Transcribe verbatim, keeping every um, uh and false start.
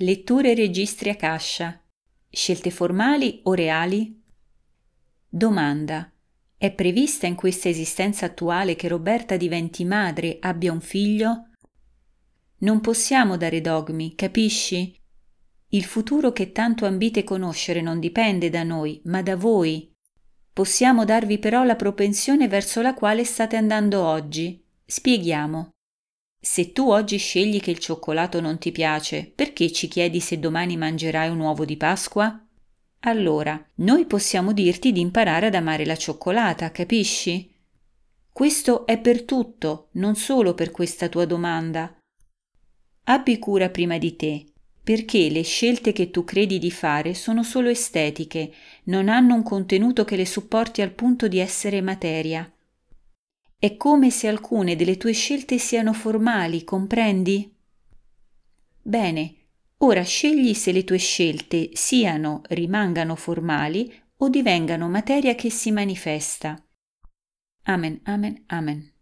Letture e registri Akasha. Scelte formali o reali? Domanda. È prevista in questa esistenza attuale che Roberta diventi madre, abbia un figlio? Non possiamo dare dogmi, capisci? Il futuro che tanto ambite conoscere non dipende da noi, ma da voi. Possiamo darvi però la propensione verso la quale state andando oggi. Spieghiamo. Se tu oggi scegli che il cioccolato non ti piace, perché ci chiedi se domani mangerai un uovo di Pasqua? Allora, noi possiamo dirti di imparare ad amare la cioccolata, capisci? Questo è per tutto, non solo per questa tua domanda. Abbi cura prima di te, perché le scelte che tu credi di fare sono solo estetiche, non hanno un contenuto che le supporti al punto di essere materia. È come se alcune delle tue scelte siano formali, comprendi? Bene, ora scegli se le tue scelte siano, rimangano formali o divengano materia che si manifesta. Amen, amen, amen.